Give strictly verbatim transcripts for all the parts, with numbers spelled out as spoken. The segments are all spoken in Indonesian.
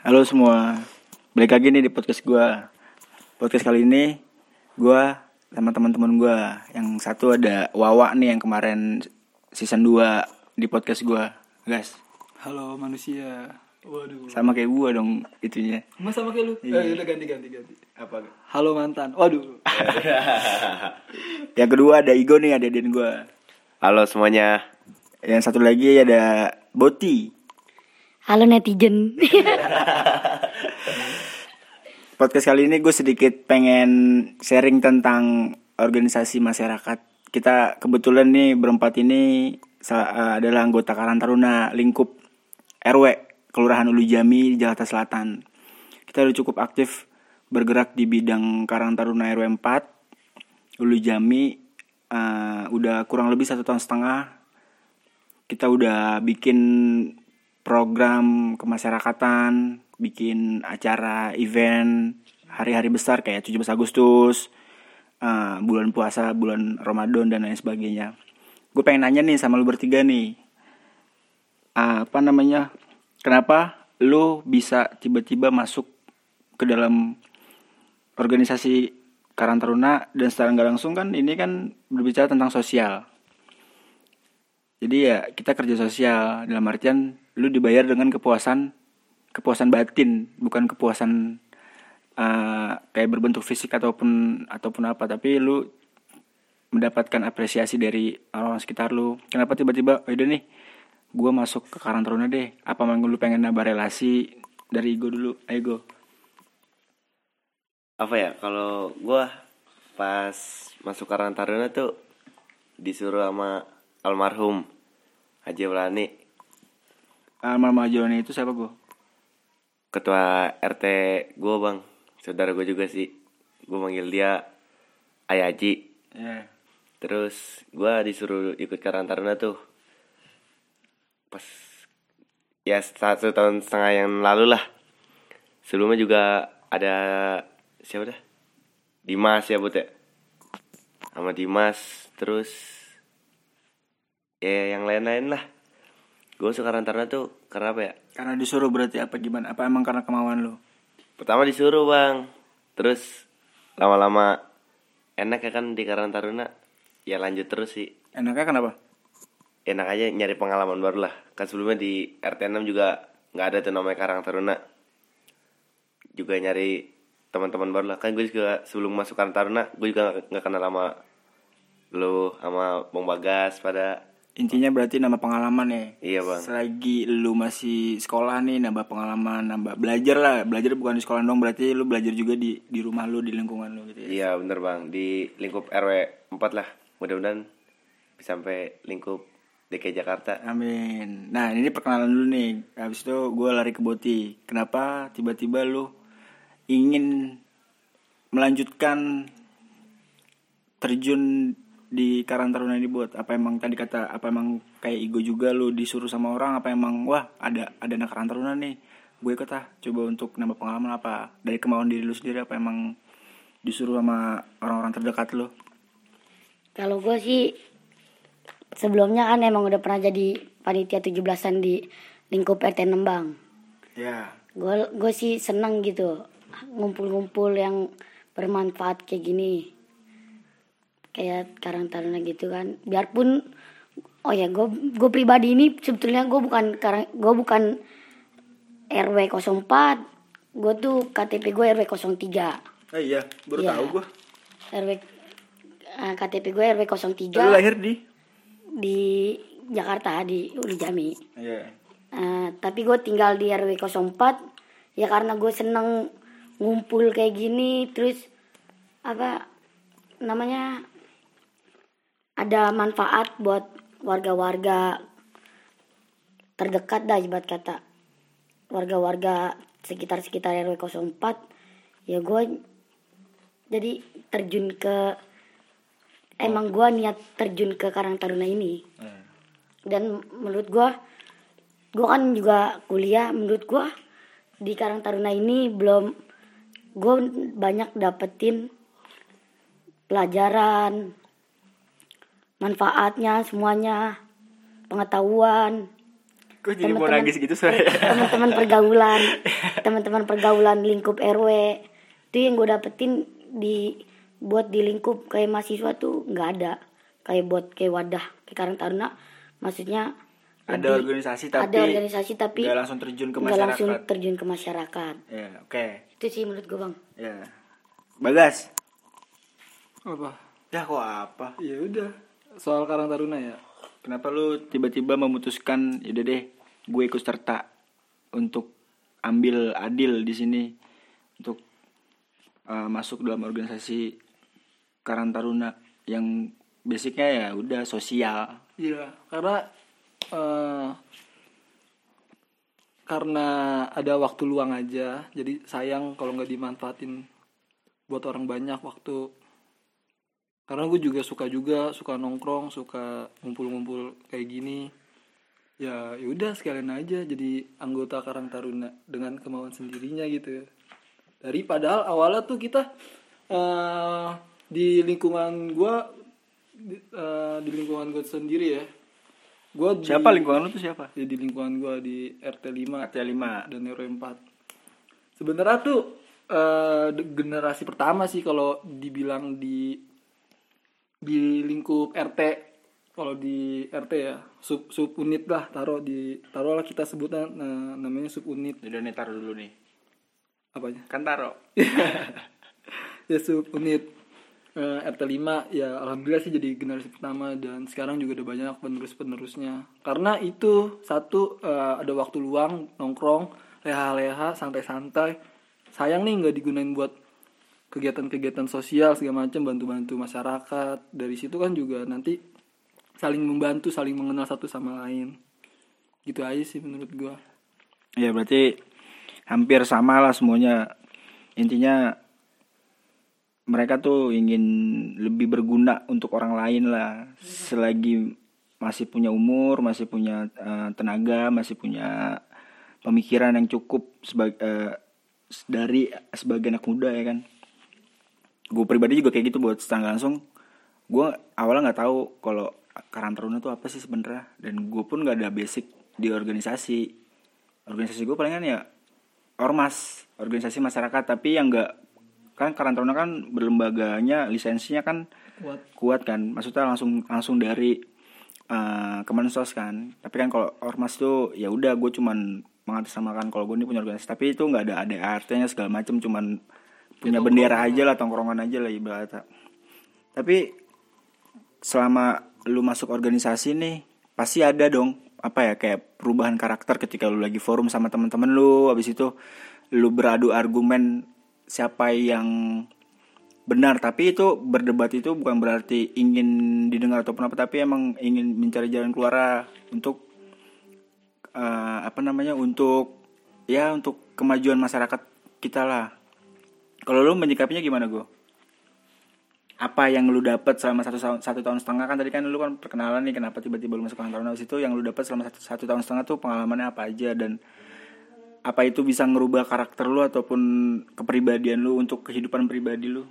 Halo semua, balik lagi nih di podcast gue. Podcast kali ini gue sama teman-teman gue. Yang satu ada Wawa nih yang kemarin season dua di podcast gue, guys. Halo manusia. Waduh. Sama kayak gue dong itunya. Mas sama kayak lu? Iya. Eh, udah ganti ganti ganti. Apa? Halo mantan. Waduh. Yang kedua ada Igo nih, ada Aden gue. Halo semuanya. Yang satu lagi ada Boti. Halo netizen. Podcast kali ini gue sedikit pengen sharing tentang organisasi masyarakat. Kita kebetulan nih berempat ini adalah anggota Karang Taruna lingkup R W Kelurahan Ulu Jami, Jakarta Selatan. Kita udah cukup aktif bergerak di bidang Karang Taruna R W empat Ulu Jami. Uh, udah kurang lebih satu tahun setengah. Kita udah bikin program kemasyarakatan, bikin acara event hari-hari besar kayak tujuh belas Agustus, uh, bulan puasa, bulan Ramadan dan lain sebagainya. Gue pengen nanya nih sama lu bertiga nih, uh, apa namanya, kenapa lu bisa tiba-tiba masuk ke dalam organisasi Karang Taruna, dan secara nggak langsung kan ini kan berbicara tentang sosial. Jadi ya kita kerja sosial dalam artian lu dibayar dengan kepuasan kepuasan batin, bukan kepuasan uh, kayak berbentuk fisik ataupun ataupun apa, tapi lu mendapatkan apresiasi dari orang sekitar lu. Kenapa tiba-tiba oh udah nih gue masuk ke Karang Taruna deh? Apa memang lu pengen nambah relasi? Dari Igo dulu, ayo Go. Apa ya, kalau gue pas masuk Karang Taruna tuh disuruh sama almarhum Haji Walani. Almarhum Haji Walani itu siapa Go? Ketua R T gue bang, saudara gue juga sih. Gue manggil dia Ayah Haji. Yeah. Terus gue disuruh ikut Karang Taruna tuh pas ya satu tahun setengah yang lalu lah. Sebelumnya juga ada siapa dah? Dimas ya Bud ya. Sama Dimas. Terus ya yang lain-lain lah. Gue masuk Karang Taruna tuh karena apa ya? Karena disuruh berarti apa gimana? Apa emang karena kemauan lu? Pertama disuruh bang. Terus lama-lama enak ya kan di Karang Taruna. Ya lanjut terus sih. Enaknya kenapa? Enak aja nyari pengalaman baru lah. Kan sebelumnya di R T enam juga gak ada tuh namanya Karang Taruna. Juga nyari teman-teman baru lah. Kan gue juga sebelum masuk Karang Taruna, gue juga gak, gak kenal sama lu, sama Bang Bagas pada. Intinya berarti nambah pengalaman ya. Iya bang. Selagi lu masih sekolah nih, nambah pengalaman, nambah belajar lah. Belajar bukan di sekolah dong, berarti lu belajar juga di di rumah lu, di lingkungan lu gitu ya. Iya bener bang, di lingkup R W empat lah. Mudah-mudahan bisa sampai lingkup D K I Jakarta. Amin. Nah ini perkenalan dulu nih. Habis itu gue lari ke Boti. Kenapa tiba-tiba lu ingin melanjutkan terjun di Karang Taruna ini buat apa? Emang tadi kata apa emang kayak Igo juga lu disuruh sama orang, apa emang wah ada ada anak Karang Taruna nih gue ikut ah coba untuk nambah pengalaman, apa dari kemauan diri lu sendiri, apa emang disuruh sama orang-orang terdekat lu? Kalau gue sih sebelumnya kan emang udah pernah jadi panitia tujuh belasan di lingkup R T enam bang. Ya. Gue gue sih seneng gitu ngumpul-ngumpul yang bermanfaat kayak gini. Kayak Karang Taruna gitu kan. Biarpun oh ya gue gue pribadi ini sebetulnya gue bukan karang gue bukan R W nol empat. Gue tuh K T P gue R W nol tiga. Oh iya, baru ya. tahu gue. R W uh, K T P gue R W nol tiga. Lu lahir di di Jakarta di Ulu Jami. Iya. Uh, tapi gue tinggal di R W nol empat ya karena gue seneng ngumpul kayak gini, terus apa namanya ada manfaat buat warga-warga terdekat dah, ibarat kata warga-warga sekitar-sekitar R W nol empat. Ya gue jadi terjun ke emang gue niat terjun ke Karang Taruna ini. Dan menurut gue gue kan juga kuliah, menurut gue di Karang Taruna ini belum gue banyak dapetin pelajaran, manfaatnya semuanya, pengetahuan. Kok jadi mau nangis gitu suaranya? Teman-teman pergaulan. teman-teman pergaulan lingkup R W. Itu yang gue dapetin di buat di lingkup kayak mahasiswa tuh nggak ada. Kayak buat kayak wadah kayak Karang Taruna, maksudnya ada lebih- organisasi tapi ada organisasi tapi nggak langsung terjun ke nggak masyarakat. langsung terjun ke masyarakat. Ya, oke. Itu sih menurut gue bang. Ya. Bagas. Apa? Ya kok apa? Ya udah. Soal Karang Taruna ya. Kenapa lu tiba-tiba memutuskan yaudah deh gue ikut serta untuk ambil adil di sini untuk uh, masuk dalam organisasi Karang Taruna yang basicnya ya udah sosial. Iya, karena eh, karena ada waktu luang aja, jadi sayang kalau nggak dimanfaatin buat orang banyak waktu. Karena gue juga suka juga suka nongkrong, suka ngumpul-ngumpul kayak gini. Ya, yaudah sekalian aja jadi anggota Karang Taruna dengan kemauan sendirinya gitu. Dari padahal awalnya tuh kita eh, di lingkungan gue di, eh, di lingkungan gue sendiri ya. Gua di, Siapa lingkungan lu tuh siapa? ya, di lingkungan gue di R T lima R T lima dan R W empat. Sebenarnya tuh eh, generasi pertama sih kalau dibilang di di lingkup R T. Kalau di R T ya sub sub unit lah, taruh di taruhlah kita sebutnya nah, namanya sub unit. udah nih taruh dulu nih Apanya? kan taruh. Ya sub unit eh, R T lima ya, alhamdulillah sih jadi generasi pertama dan sekarang juga udah banyak penerus-penerusnya. Karena itu satu eh, ada waktu luang nongkrong, leha-leha, santai-santai. Sayang nih nggak digunain buat kegiatan-kegiatan sosial segala macam, bantu-bantu masyarakat. Dari situ kan juga nanti saling membantu, saling mengenal satu sama lain. Gitu aja sih menurut gua. Ya berarti hampir sama lah semuanya. Intinya mereka tuh ingin lebih berguna untuk orang lain lah. Selagi masih punya umur, masih punya uh, tenaga, masih punya pemikiran yang cukup sebagai uh, dari sebagai anak muda ya kan. Gue pribadi juga kayak gitu buat secara langsung. Gue awalnya nggak tahu kalau Karang Taruna tuh apa sih sebenarnya, dan gue pun nggak ada basic di organisasi. Organisasi gue palingan ya ormas, organisasi masyarakat, tapi yang nggak kan Karang Taruna kan berlembaganya lisensinya kan Kuat. kuat kan, maksudnya langsung langsung dari uh, Kemensos kan. Tapi kan kalau ormas tuh ya udah gue cuman mengatasnamakan kalau gue ini punya organisasi, tapi itu nggak ada A D A R T-nya segala macam, cuman punya bendera aja lah, tongkrongan aja lah ibaratnya. Tapi selama lu masuk organisasi nih pasti ada dong apa ya kayak perubahan karakter ketika lu lagi forum sama teman-teman lu, habis itu lu beradu argumen siapa yang benar. Tapi itu berdebat itu bukan berarti ingin didengar ataupun apa, tapi emang ingin mencari jalan keluar untuk uh, apa namanya untuk ya untuk kemajuan masyarakat kita lah. Kalau lu menyikapinya gimana gue? Apa yang lu dapat selama satu, satu tahun setengah, kan tadi kan lu kan perkenalan nih kenapa tiba-tiba lu masuk Karang Taruna. Itu yang lu dapat selama satu, satu tahun setengah tuh pengalamannya apa aja, dan apa itu bisa ngerubah karakter lu ataupun kepribadian lu untuk kehidupan pribadi lu?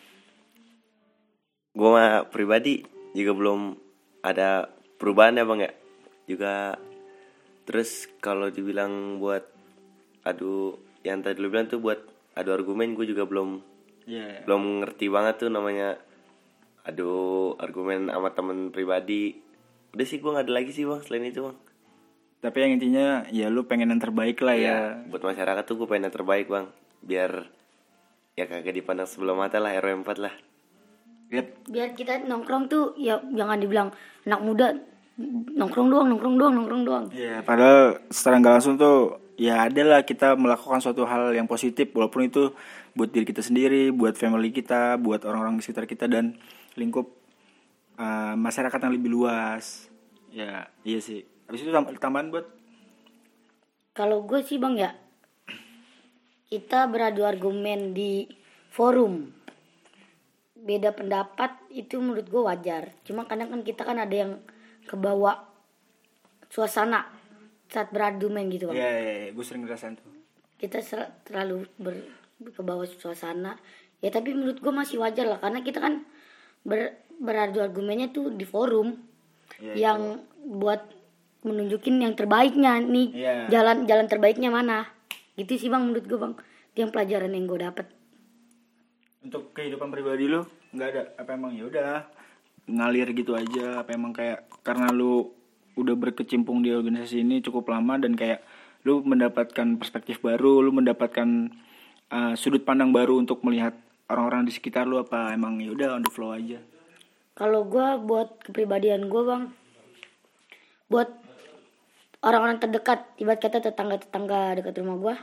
Gue mah pribadi juga belum ada perubahan ya bang ya. Juga terus kalau dibilang buat adu yang tadi lu bilang tuh buat adu argumen, gue juga belum Yeah. belum ngerti banget tuh namanya adu argumen sama temen pribadi. Udah sih gue nggak ada lagi sih bang selain itu bang. Tapi yang intinya ya lu pengen yang terbaik lah ya. Ya buat masyarakat tuh gue pengen yang terbaik bang, biar ya kagak dipandang sebelah mata lah R W empat lah. Yep. Biar kita nongkrong tuh ya jangan dibilang anak muda nongkrong doang, nongkrong doang, nongkrong doang. Ya, padahal secara nggak langsung tuh ya adalah kita melakukan suatu hal yang positif, walaupun itu buat diri kita sendiri, buat family kita, buat orang-orang di sekitar kita, dan lingkup uh, masyarakat yang lebih luas. Ya, iya sih. Habis itu tam- tambahan buat Kalau gue sih bang ya, kita beradu argumen di forum, beda pendapat itu menurut gue wajar. Cuma kadang kan kita kan ada yang kebawa suasana saat berargumen gitu bang. ya, ya, ya, gue sering ngerasain tuh. Kita ser- terlalu ber- kebawa suasana. Ya tapi menurut gue masih wajar lah, karena kita kan ber- beradu argumennya tuh di forum Ya, yang buat menunjukin yang terbaiknya nih, Iya. jalan jalan terbaiknya mana. Gitu sih bang menurut gue bang, itu yang pelajaran yang gue dapet. Untuk kehidupan pribadi lu nggak ada apa emang ya udah ngalir gitu aja, apa emang kayak karena lu udah berkecimpung di organisasi ini cukup lama dan kayak lu mendapatkan perspektif baru, lu mendapatkan uh, sudut pandang baru untuk melihat orang-orang di sekitar lu, apa emang ya udah on the flow aja? Kalau gue buat kepribadian gue bang, buat orang-orang terdekat, ibarat kata tetangga-tetangga dekat rumah gue,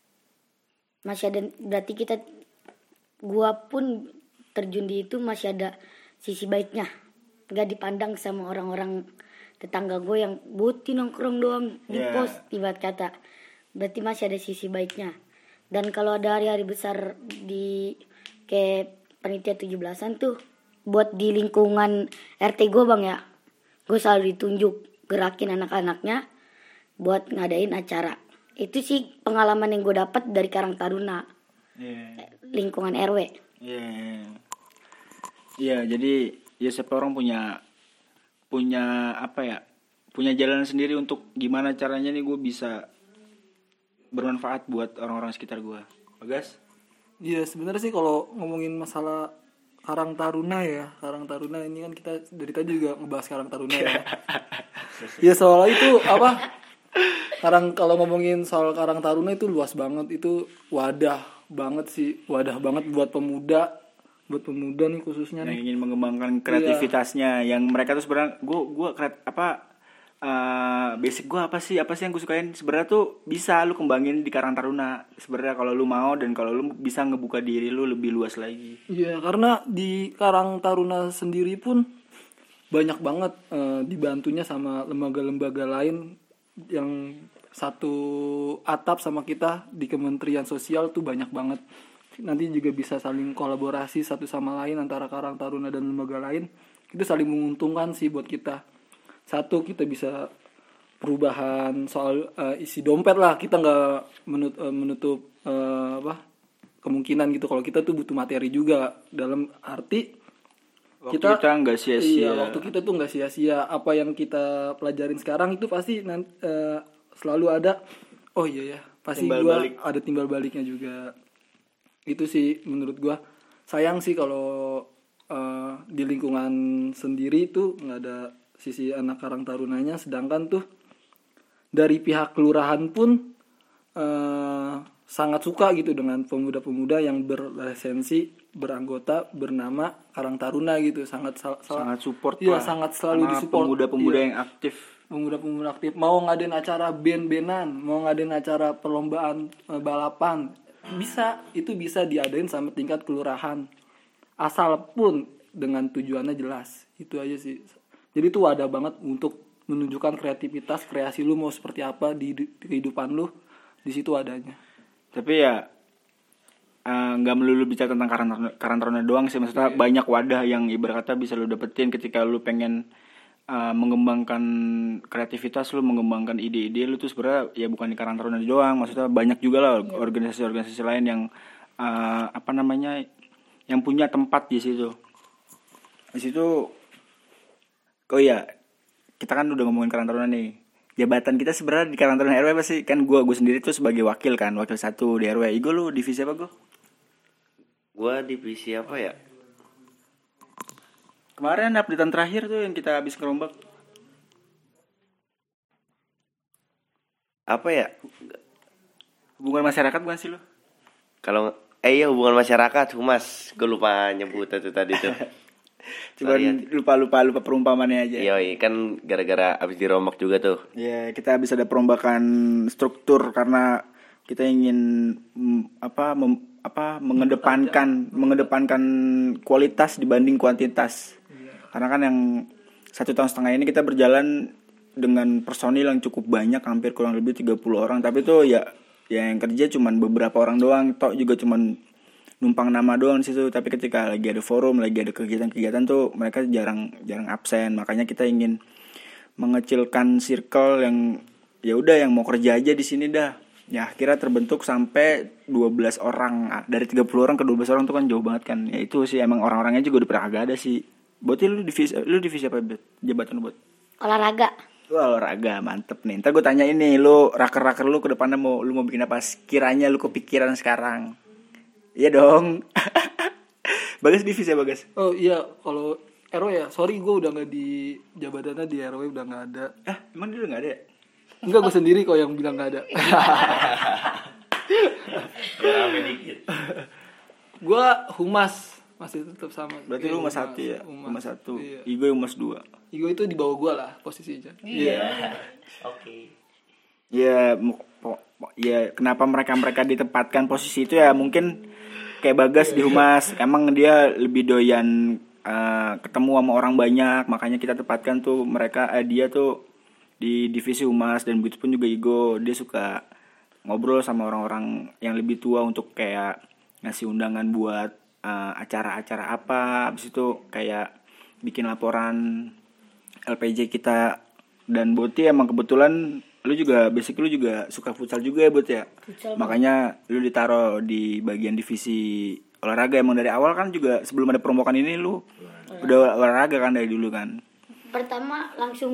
masih ada, berarti kita, gue pun terjun di itu masih ada sisi baiknya, nggak dipandang sama orang-orang tetangga gue yang buti nongkrong doang di Yeah. pos, ibarat kata, berarti masih ada sisi baiknya. Dan kalau ada hari-hari besar di kayak panitia tujuh belasan tuh, buat di lingkungan R T gue bang ya, gue selalu ditunjuk gerakin anak-anaknya buat ngadain acara. Itu sih pengalaman yang gue dapat dari Karang Taruna, Iya. lingkungan R W. Iya. Iya, jadi ya setiap orang punya punya apa ya? Punya jalan sendiri untuk gimana caranya nih gue bisa bermanfaat buat orang-orang sekitar gue. Bagas? Iya sebenarnya sih kalau ngomongin masalah Karang Taruna ya, Karang Taruna ini kan kita dari tadi juga ngebahas Karang Taruna ya. Ya soal itu apa? Karang kalau ngomongin soal Karang Taruna itu luas banget, itu wadah banget sih, wadah banget buat pemuda, buat pemuda nih khususnya Yang nih. ingin mengembangkan kreativitasnya, yang mereka tuh sebenarnya gue gue kreat apa uh, basic gue apa sih apa sih yang gue sukain sebenarnya tuh bisa lu kembangin di Karang Taruna sebenarnya kalau lu mau dan kalau lu bisa ngebuka diri lu lebih luas lagi. Iya karena di Karang Taruna sendiri pun banyak banget eh, dibantunya sama lembaga-lembaga lain yang satu atap sama kita di Kementerian Sosial tuh banyak banget. Nanti juga bisa saling kolaborasi satu sama lain antara Karang Taruna dan lembaga lain. Itu saling menguntungkan sih buat kita. Satu, kita bisa perubahan soal uh, isi dompet lah. Kita nggak menut- uh, menutup uh, apa kemungkinan gitu kalau kita tuh butuh materi juga, dalam arti Waktu kita nggak sia-sia. Iya, waktu kita tuh nggak sia-sia. Apa yang kita pelajarin sekarang itu pasti nanti, uh, selalu ada. Oh iya ya, pasti Timbal gua balik. ada timbal baliknya juga. Itu sih menurut gua. Sayang sih kalau uh, di lingkungan sendiri tuh nggak ada sisi anak Karang Tarunanya, sedangkan tuh dari pihak kelurahan pun uh, sangat suka gitu dengan pemuda-pemuda yang berlisensi beranggota bernama Karang Taruna gitu. Sangat sal- sal- Sangat support Iya, lah. sangat selalu Sama disupport. pemuda-pemuda Iya. yang aktif. Pemuda-pemuda aktif mau ngadain acara band-bandan, mau ngadain acara perlombaan eh, balapan, bisa, itu bisa diadain sama tingkat kelurahan, asal pun dengan tujuannya jelas. Itu aja sih. Jadi itu wadah banget untuk menunjukkan kreativitas, kreasi lu mau seperti apa di, di kehidupan lu, di situ adanya. Tapi ya nggak uh, melulu bicara tentang Karang Taruna, Karang Taruna doang sih, maksudnya yeah. Banyak wadah yang ibarat kata bisa lu dapetin ketika lu pengen uh, mengembangkan kreativitas lu, mengembangkan ide-ide lu tuh sebenarnya ya bukan di Karang Taruna doang, maksudnya banyak juga lah yeah. organisasi-organisasi lain yang uh, apa namanya yang punya tempat di situ. Di situ, oh ya kita kan udah ngomongin Karang Taruna nih. Jabatan kita sebenarnya di Karang Taruna R W apa sih? Kan gue gue sendiri tuh sebagai wakil kan, wakil satu di R W. Igo lu divisi apa gue? Gue divisi apa ya? Kemarin updatean terakhir tuh yang kita habis ngerombak. Apa ya? Hubungan masyarakat bukan sih lu? Kalau eh iya hubungan masyarakat, humas. Gue lupa nyebut itu tadi tuh. Cuman lupa-lupa lupa perumpamannya aja. Iya, kan gara-gara abis dirombak juga tuh. Iya, kita habis ada perombakan struktur karena kita ingin mm, apa mem, apa mengedepankan mengedepankan kualitas dibanding kuantitas. Iya. Karena kan yang satu tahun setengah ini kita berjalan dengan personil yang cukup banyak, hampir kurang lebih tiga puluh orang, tapi tuh ya ya yang kerja cuman beberapa orang doang, tok juga cuman numpang nama doang di situ. Tapi ketika lagi ada forum, lagi ada kegiatan-kegiatan tuh mereka jarang jarang absen. Makanya kita ingin mengecilkan circle yang ya udah yang mau kerja aja di sini dah. Ya akhirnya terbentuk sampai dua belas orang. Dari tiga puluh orang ke dua belas orang tuh kan jauh banget kan. Ya itu sih emang orang-orangnya juga udah pernah agak ada sih. Buat lu divisi lu divisi apa, Bet? Jabatan lu buat? Olahraga. Wah, olahraga mantep nih. Ntar gue tanya ini, lu raker-raker lu ke depannya mau lu mau bikin apa? Kiranya lu kepikiran sekarang. Iya dong. Bagas divisi ya Bagas. Oh iya, kalau R W ya, sorry gue udah nggak di jabatannya di R W udah nggak ada. Ah, emang dia udah nggak ada? Ya? Enggak, gue sendiri kok yang bilang nggak ada. Ya rame dikit. Gue humas masih tetap sama. Berarti Iya, lu humas satu ya? Humas, Humas satu. Iya. Igo humas dua. Igo itu di bawah gue lah posisinya. Iya. Oke. Ya, mu- po- po- ya kenapa mereka-mereka ditempatkan posisi itu ya mungkin kayak Bagas di humas. Emang dia lebih doyan uh, ketemu sama orang banyak, makanya kita tempatkan tuh mereka eh, dia tuh di divisi humas. Dan begitu pun juga Igo, dia suka ngobrol sama orang-orang yang lebih tua untuk kayak ngasih undangan buat uh, acara-acara apa, habis itu kayak bikin laporan L P J kita. Dan Boti emang kebetulan lu juga basic lu juga suka futsal juga ya Bot ya. Futsal, makanya lu ditaruh di bagian divisi olahraga. Emang dari awal kan juga sebelum ada perombakan ini lu udah olahraga kan dari dulu kan. Pertama langsung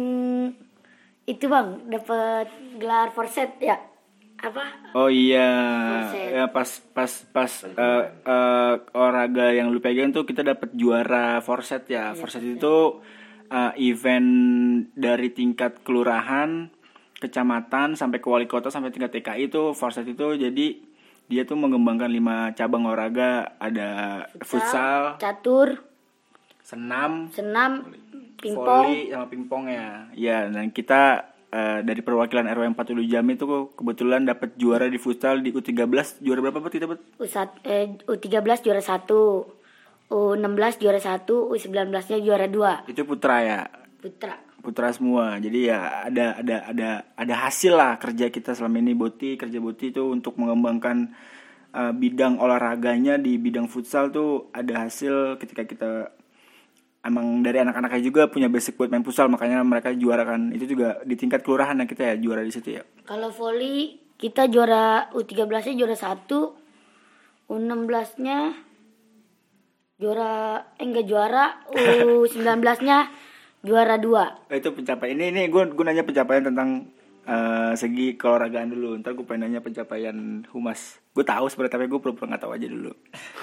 itu bang dapat gelar forset ya apa Oh iya, Forset. ya pas pas pas uh, uh, olahraga yang lu pegang tuh kita dapat juara forset ya. Forset itu uh, event dari tingkat kelurahan, kecamatan sampai ke wali kota sampai tingkat T K I itu forset itu. Jadi dia tuh mengembangkan lima cabang olahraga, ada futsal, catur senam, senam pingpong voli sama pingpong ya. Ya, dan kita Uh, dari perwakilan R W empat Ulu Jami itu kebetulan dapat juara di futsal di U tiga belas. Juara berapa buat kita buat? U satu eh, U tiga belas juara satu, U enam belas juara satu, U sembilan belas-nya juara dua. Itu putra ya. Putra. Putra semua. Jadi ya ada ada ada ada hasil lah kerja kita selama ini. Boti kerja Boti itu untuk mengembangkan uh, bidang olahraganya di bidang futsal tuh ada hasil ketika kita emang dari anak-anaknya juga punya basic buat main futsal, makanya mereka juara kan. Itu juga di tingkat kelurahan ya kita ya juara di situ ya. Kalau voli kita juara U tiga belas-nya juara satu, U enam belas-nya juara eh enggak juara, U sembilan belas-nya juara dua. Itu pencapaian ini ini gue gue nanya pencapaian tentang uh, segi keolahragaan dulu. Ntar gue pengen nanya pencapaian humas. Gue tahu sebenarnya tapi gue pura-pura nggak tahu aja dulu.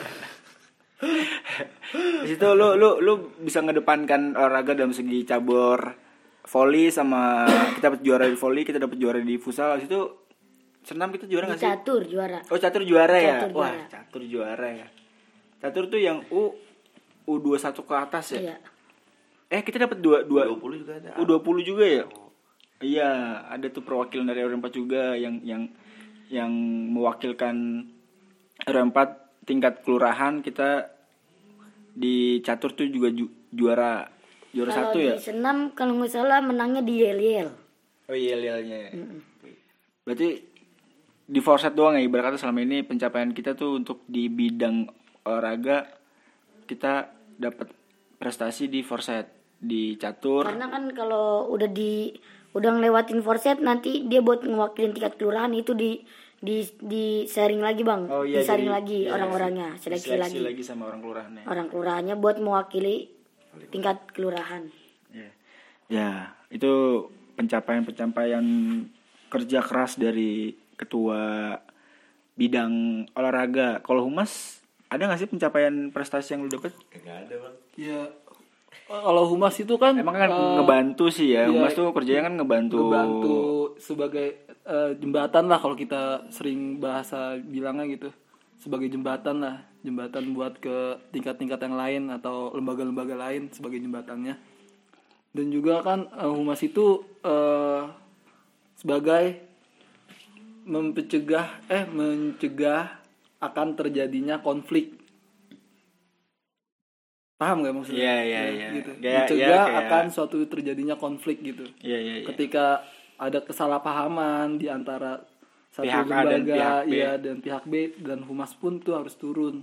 Di situ lu lu lu bisa ngedepankan olahraga dalam segi cabur volley sama kita dapat juara di volley, kita dapat juara di futsal. Di situ senam kita juara Di enggak sih? catur juara. Oh, catur juara ya. Catur Wah, juara. catur juara ya. Catur tuh yang U U dua puluh satu ke atas ya. Iya. Eh, kita dapat dua dua dua puluh juga ada. U dua puluh juga ya? Iya, ada tuh perwakilan dari R W empat juga yang yang yang mewakilkan R W empat tingkat kelurahan. Kita di catur tuh juga ju, juara juara Kalau satu di ya. senam kalau nggak salah menangnya di yel-yel. Oh iya, yel-yelnya ya. Berarti di forset doang ya ibarat kata selama ini pencapaian kita tuh untuk di bidang olahraga kita dapat prestasi di forset, di catur. Karena kan kalau udah di udah ngelewatin forset nanti dia buat ngewakilin tingkat kelurahan itu di di di sharing lagi bang, Oh iya, di sharing jadi- lagi iya, orang-orangnya, seleksi Seleksi lagi. lagi sama orang kelurahannya. Orang kelurahannya buat mewakili tingkat kelurahan. Ya. Ya, itu pencapaian-pencapaian kerja keras dari ketua bidang olahraga. Kalau humas ada nggak sih pencapaian prestasi yang lu dapet? Enggak ada, Bang. Ya kalau humas itu kan Emang kan eh, ngebantu sih ya. iya, Humas tuh kerjanya kan ngebantu. ngebantu sebagai eh, jembatan lah kalau kita sering bahasa bilangnya gitu, sebagai jembatan lah, jembatan buat ke tingkat-tingkat yang lain atau lembaga-lembaga lain sebagai jembatannya. Dan juga kan eh, humas itu eh, sebagai mencegah eh mencegah akan terjadinya konflik. Paham gak maksudnya? Iya, iya, iya. Gitu. Kayak- Mencegah ya, kayak- akan suatu terjadinya konflik gitu. Iya, iya, iya. Ketika ada kesalahpahaman di antara satu Pihak A dan lembaga pihak B. ya dan pihak B, dan humas pun tuh harus turun.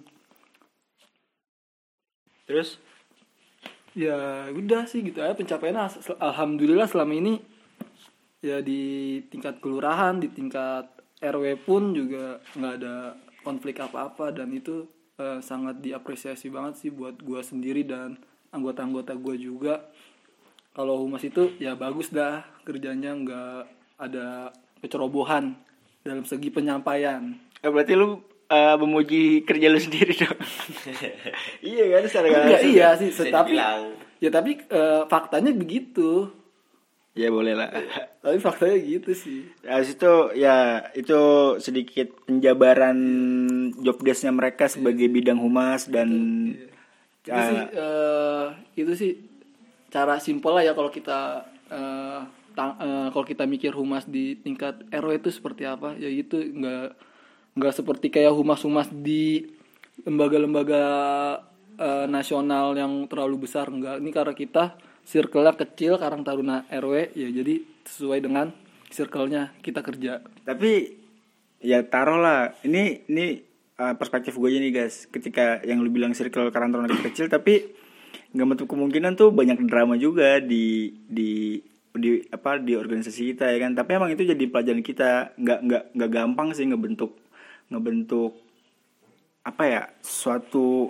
Terus Ya udah sih gitu aja pencapaiannya. Al- alhamdulillah selama ini ya di tingkat kelurahan, di tingkat R W pun juga nggak ada konflik apa-apa, dan itu eh, sangat diapresiasi banget sih buat gue sendiri dan anggota-anggota gue juga, kalau humas itu ya bagus dah kerjanya, nggak ada kecerobohan dalam segi penyampaian. Eh, berarti lu uh, memuji kerja lu sendiri dong. Iya kan secara Enggak, langsung. iya sih, Bisa tapi dibilang. ya tapi eh, faktanya begitu. Ya boleh lah. Tapi faktanya gitu sih. Habis itu ya itu sedikit penjabaran job desk-nya mereka sebagai bidang humas dan Itu sih eh, itu sih cara simpel lah ya kalau kita eh, tang- eh, kalau kita mikir humas di tingkat R W itu seperti apa ya, itu nggak nggak seperti kayak humas-humas di lembaga-lembaga eh, nasional yang terlalu besar, enggak. Ini karena kita circle-nya kecil, Karang Taruna R W ya, jadi sesuai dengan circle-nya kita kerja. tapi ya taruh lah ini ini uh, perspektif gue aja nih guys, ketika yang lu bilang circle Karang Taruna kecil, tapi nggak menutup kemungkinan tuh banyak drama juga di di di apa di organisasi kita ya kan. Tapi emang itu jadi pelajaran kita, nggak nggak nggak gampang sih ngebentuk ngebentuk apa ya suatu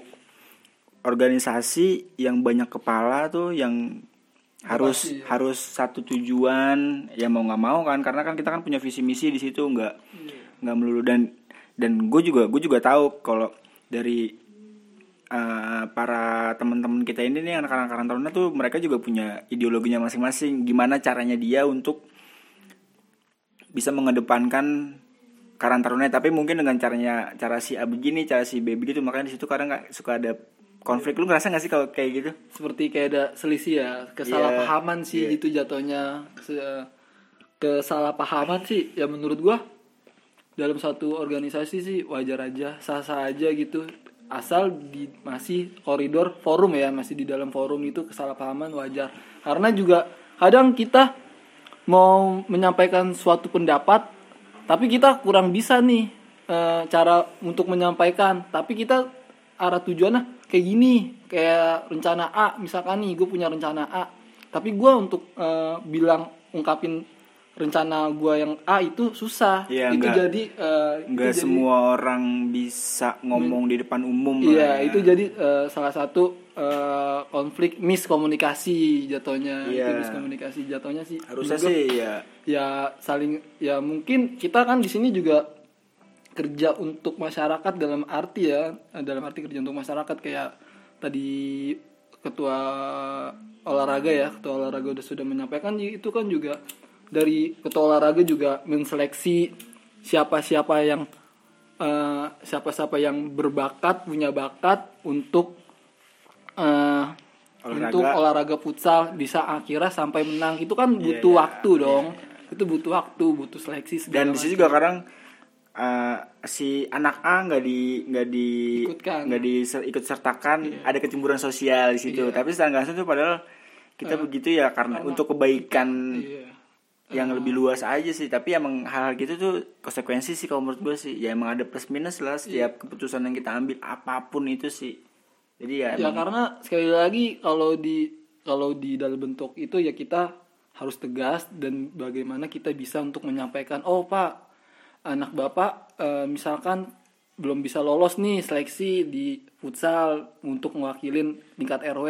organisasi yang banyak kepala tuh, yang harus Pasti, ya. harus satu tujuan ya mau nggak mau kan, karena kan kita kan punya visi misi di situ, nggak nggak melulu. Dan dan gue juga gue juga tahu kalau dari uh, para teman-teman kita ini nih anak-anak Karang Taruna tuh mereka juga punya ideologinya masing-masing, gimana caranya dia untuk bisa mengedepankan Karang Taruna, tapi mungkin dengan caranya cara si A begini, cara si B begitu. Makanya di situ kadang nggak suka ada konflik. Lu ngerasa nggak sih kalau kayak gitu? Seperti kayak ada selisih ya, kesalahpahaman Yeah, sih yeah. gitu jatuhnya. Se- kesalahpahaman sih ya menurut gua dalam satu organisasi sih wajar aja, sah-sah aja gitu, asal di masih koridor forum ya, masih di dalam forum, itu kesalahpahaman wajar. Karena juga kadang kita mau menyampaikan suatu pendapat tapi kita kurang bisa nih e, cara untuk menyampaikan, tapi kita arah tujuannya kayak gini, kayak rencana A misalkan nih, gue punya rencana A, tapi gue untuk e, bilang ungkapin rencana gue yang A itu susah. Ya, itu enggak, jadi uh, nggak itu semua jadi, orang bisa ngomong men, di depan umum. Iya, ya. itu jadi uh, salah satu uh, konflik miskomunikasi jatuhnya. Iya. Itu miskomunikasi jatuhnya sih. Harusnya juga, sih ya. Ya saling, ya mungkin kita kan di sini juga kerja untuk masyarakat dalam arti ya, dalam arti kerja untuk masyarakat kayak tadi ketua olahraga ya, ketua olahraga udah sudah menyampaikan, itu kan juga dari ketua olahraga juga menseleksi siapa-siapa yang uh, siapa-siapa yang berbakat, punya bakat untuk uh, olahraga. Untuk olahraga futsal bisa akhirnya sampai menang. Itu kan butuh yeah, waktu yeah. dong. Yeah. Itu butuh waktu, butuh seleksi segala dan di situ juga kadang uh, si anak A nggak di nggak di nggak di ikut sertakan, yeah. ada kecemburuan sosial di situ. Yeah. Tapi secara langsung tuh padahal kita uh, begitu ya karena, karena untuk kebaikan yeah. yang lebih luas aja sih. Tapi emang hal-hal gitu tuh konsekuensi sih kalau menurut gue sih. Ya emang ada plus minus lah setiap iya. keputusan yang kita ambil apapun itu sih. Jadi ya Ya emang, karena sekali lagi kalau di kalau di dalam bentuk itu ya kita harus tegas, dan bagaimana kita bisa untuk menyampaikan, oh Pak, anak Bapak e, misalkan belum bisa lolos nih seleksi di futsal untuk mewakilin tingkat R W.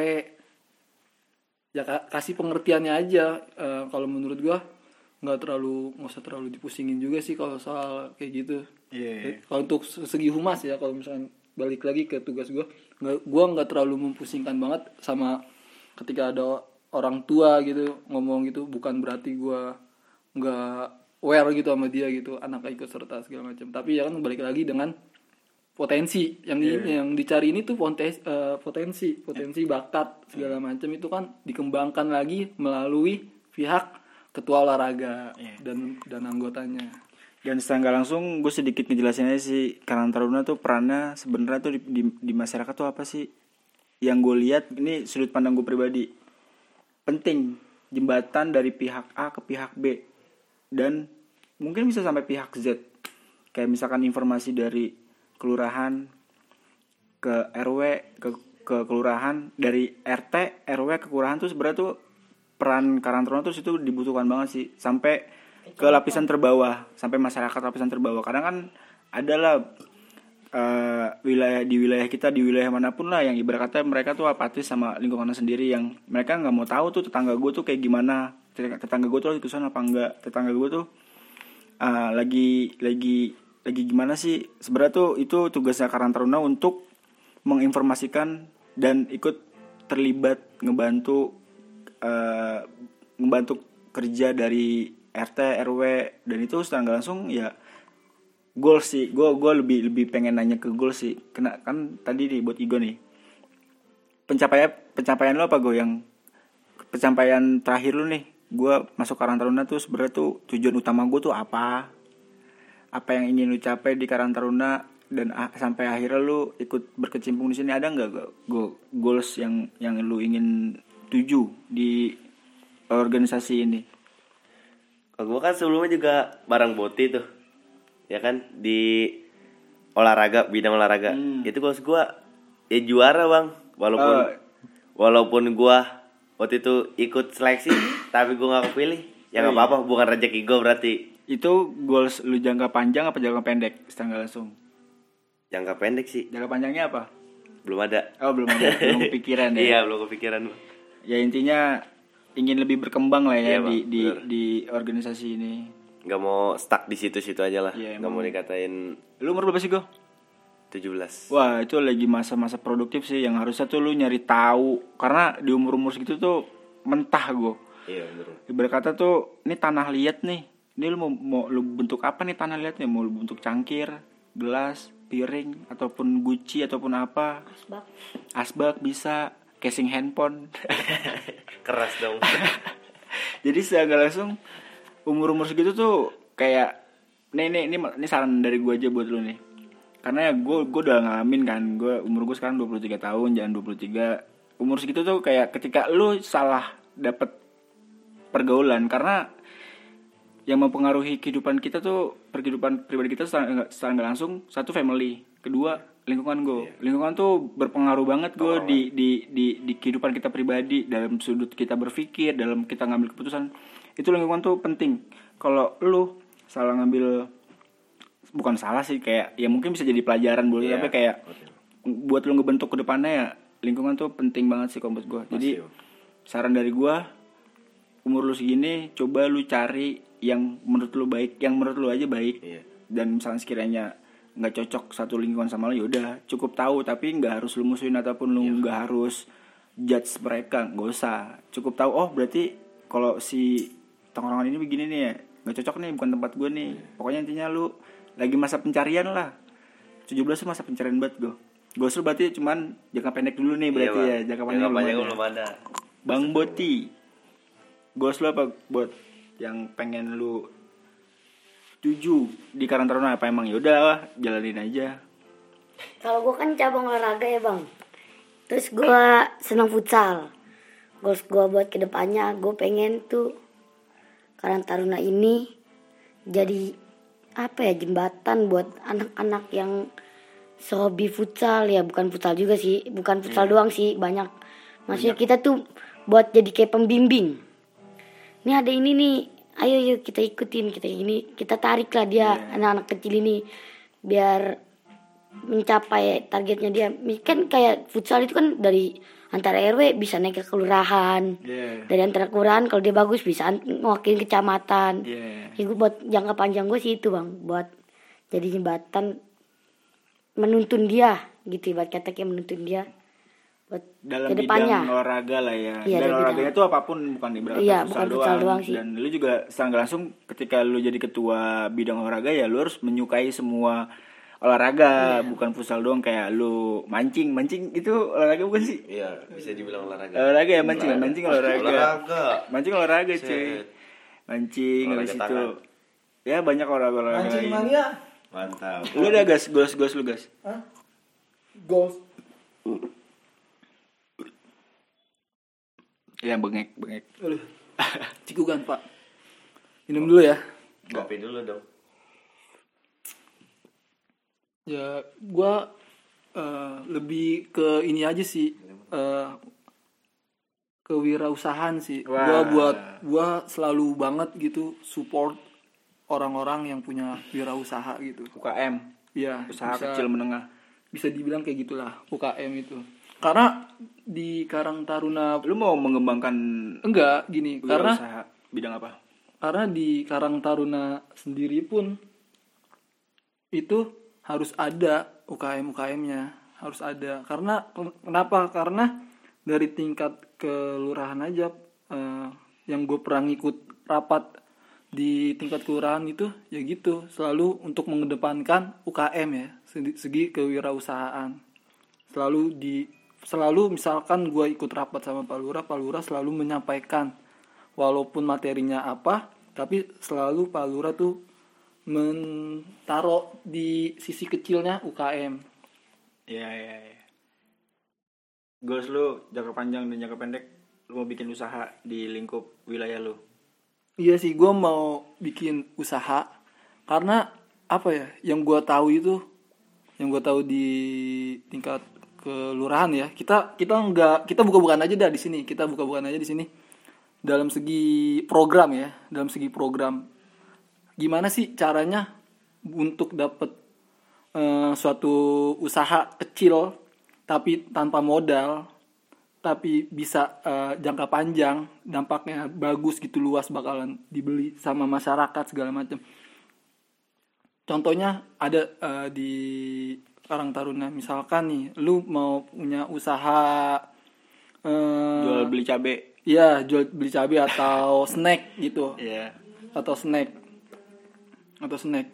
Ya kasih pengertiannya aja. E, kalau menurut gue nggak terlalu nggak usah terlalu dipusingin juga sih kalau soal kayak gitu. Yeah, yeah. Kalau untuk segi humas ya, kalau misalnya balik lagi ke tugas gue, nggak gue nggak terlalu mempusingkan banget sama ketika ada orang tua gitu ngomong gitu. Bukan berarti gue nggak aware gitu sama dia gitu, anak ikut serta segala macam. Tapi ya kan balik lagi dengan potensi yang yeah. di, yang dicari ini tuh potensi uh, potensi potensi yeah. bakat segala macam itu kan dikembangkan lagi melalui pihak ketua olahraga yeah. dan dan anggotanya. Dan secara nggak langsung gue sedikit ngejelasin aja sih, Karang Taruna tuh perannya sebenarnya tuh di, di, di masyarakat tuh apa sih? Yang gue lihat ini sudut pandang gue pribadi, penting jembatan dari pihak A ke pihak B dan mungkin bisa sampai pihak Z. Kayak misalkan informasi dari kelurahan ke R W ke ke kelurahan, dari R T R W ke kelurahan tuh sebenarnya tuh peran Karang Taruna terus itu dibutuhkan banget sih, sampai ke lapisan terbawah, sampai masyarakat lapisan terbawah. Kadang kan adalah uh, wilayah di wilayah kita di wilayah manapun lah yang ibarat kata mereka tuh apatis sama lingkungannya sendiri, yang mereka nggak mau tahu tuh tetangga gue tuh kayak gimana, tetangga gue tuh lagi kesusahan apa enggak, tetangga gue tuh uh, lagi lagi lagi gimana sih. Sebenarnya tuh itu tugasnya Karang Taruna untuk menginformasikan dan ikut terlibat ngebantu uh, ngebantu kerja dari R T R W, dan itu secara nggak langsung ya goal sih. Gue gue lebih lebih pengen nanya ke goal sih, kena kan tadi nih buat Igo nih, pencapaian pencapaian lo apa gue yang pencapaian terakhir lo nih, gue masuk Karang Taruna tuh sebenarnya tuh tujuan utama gue tuh apa apa yang ingin lo capai di Karang Taruna, dan ah, sampai akhirnya lo ikut berkecimpung di sini. Ada nggak gue goals yang yang lo ingin tuju di organisasi ini? Kalau gue kan sebelumnya juga bareng Boti tuh, ya kan, di olahraga, bidang olahraga. Hmm. Itu goals gue ya juara bang, walaupun uh. walaupun gue waktu itu ikut seleksi tapi gue nggak kepilih, ya nggak oh, apa-apa, iya. Bukan rezeki gue berarti. Itu goals lu jangka panjang apa jangka pendek? Setengah langsung. Jangka pendek sih. Jangka panjangnya apa? Belum ada. Oh belum ada, belum kepikiran ya. Iya belum kepikiran. Ya intinya ingin lebih berkembang lah ya, iya, di di di organisasi ini. Gak mau stuck di situ-situ aja lah. Ya, gak mau dikatain. Lu umur berapa sih Go? tujuh belas. Wah itu lagi masa-masa produktif sih, yang harusnya tuh lu nyari tahu, karena di umur-umur segitu tuh mentah Go. Iya bener. Ibarat kata tuh ini tanah liat nih, ini lu mau, mau lu bentuk apa nih tanah liatnya? Mau lu bentuk cangkir, gelas, piring, ataupun guci ataupun apa? Asbak. Asbak bisa, casing handphone. Keras dong. Jadi secara langsung umur-umur segitu tuh kayak nih nih ini ini saran dari gue aja buat lu nih. Karena ya gue gue udah ngalamin kan, gue umur gue sekarang dua puluh tiga tahun, jangan dua puluh tiga. Umur segitu tuh kayak ketika lu salah dapet pergaulan, karena yang mempengaruhi kehidupan kita tuh, kehidupan pribadi kita secara, secara nggak langsung, satu family, kedua lingkungan gue. Yeah. Lingkungan tuh berpengaruh banget gue di, di di di kehidupan kita pribadi, dalam sudut kita berpikir, dalam kita ngambil keputusan. Itu lingkungan tuh penting. Kalau lu salah ngambil, bukan salah sih, kayak ya mungkin bisa jadi pelajaran buat yeah. Tapi kayak okay. buat lu ngebentuk ke depannya ya, lingkungan tuh penting banget sih kompos gue. Jadi Masih. saran dari gue, umur lu segini coba lu cari yang menurut lu baik, yang menurut lu aja baik. Yeah. Dan misalnya sekiranya nggak cocok satu lingkungan sama lu, yaudah cukup tahu, tapi nggak harus lu musuhin ataupun lu nggak yeah. harus judge mereka, nggak usah. Cukup tahu, oh berarti kalau si tongkrongan ini begini nih ya, nggak cocok nih, bukan tempat gue nih. Yeah. Pokoknya intinya lu lagi masa pencarian lah. tujuh belas tuh masa pencarian banget gue. Gue suruh berarti cuman jangka pendek dulu nih berarti yeah, ya, jangka panjang belum ada. Bang Boti, goals lu apa buat yang pengen lu tuju di Karang Taruna? Apa emang yaudah jalanin aja? Kalau gue kan cabang olahraga ya bang, terus gue senang futsal. Goals gue buat kedepannya, gue pengen tuh Karang Taruna ini jadi apa ya, jembatan buat anak-anak yang sehobi futsal ya. Bukan futsal juga sih, bukan futsal yeah. doang sih, banyak. Maksudnya banyak. Kita tuh buat jadi kayak pembimbing. Ini ada ini nih, ayo yuk kita ikutin, kita ini, kita tarik lah dia, yeah. anak-anak kecil ini biar mencapai targetnya dia. Kan kayak futsal itu kan dari antara R W bisa naik ke kelurahan, yeah. dari antara kelurahan kalau dia bagus bisa ngewakilin kecamatan. Yeah. Itu buat jangka panjang gue sih itu bang, buat jadi jembatan menuntun dia gitu, buat kata kayak menuntun dia buat dalam bidang olahraga lah ya. Ya dan olahraganya itu apapun, bukan ibarat ya, futsal doang. doang sih. Dan lu juga secara langsung ketika lu jadi ketua bidang olahraga ya lu harus menyukai semua olahraga, ya. Bukan futsal doang. Kayak lu mancing, mancing itu olahraga bukan sih? Iya, bisa dibilang olahraga. Olahraga ya, mancing, olahraga. mancing olahraga. Olahraga. Mancing olahraga, cuy. Mancing habis itu. Ya banyak olahraga-olahraga. Mancing mania. Mantap. Lu udah gas, goals-goals lu gas. Hah? Goals. Ya bengek, bengek. Aduh. Cikugan, Pak. Minum dulu ya. Kopi dulu dong. Ya, gua uh, lebih ke ini aja sih. Uh, kewirausahaan sih. Wah. Gua buat gua selalu banget gitu support orang-orang yang punya wirausaha gitu. U K M. ya usaha bisa, kecil menengah. bisa dibilang kayak gitulah U K M itu. Karena di Karang Taruna Lu mau mengembangkan enggak gini, karena usaha bidang apa? karena di Karang Taruna sendiri pun itu harus ada U K M U K M-nya, harus ada. Karena kenapa? Karena dari tingkat kelurahan aja eh, yang gue pernah ngikut rapat di tingkat kelurahan itu ya gitu, selalu untuk mengedepankan U K M ya, segi, segi kewirausahaan. Selalu di selalu misalkan gue ikut rapat sama Pak Lurah, Pak Lurah selalu menyampaikan walaupun materinya apa, tapi selalu Pak Lurah tuh mentaro di sisi kecilnya U K M. Iya iya iya. Goals lu jangka panjang dan jangka pendek, lu mau bikin usaha di lingkup wilayah lu. Iya sih, gue mau bikin usaha karena apa ya? Yang gue tahu itu, yang gue tahu di tingkat kelurahan ya, kita kita nggak kita buka-bukaan aja dah di sini, kita buka-bukaan aja di sini. Dalam segi program ya, dalam segi program, gimana sih caranya untuk dapet uh, suatu usaha kecil tapi tanpa modal, tapi bisa uh, jangka panjang, dampaknya bagus gitu, luas, bakalan dibeli sama masyarakat segala macam. Contohnya ada uh, di Karang Taruna, misalkan nih lu mau punya usaha uh, Jual beli cabe. Iya, jual beli cabai atau snack gitu. Iya. Atau snack. Atau snack.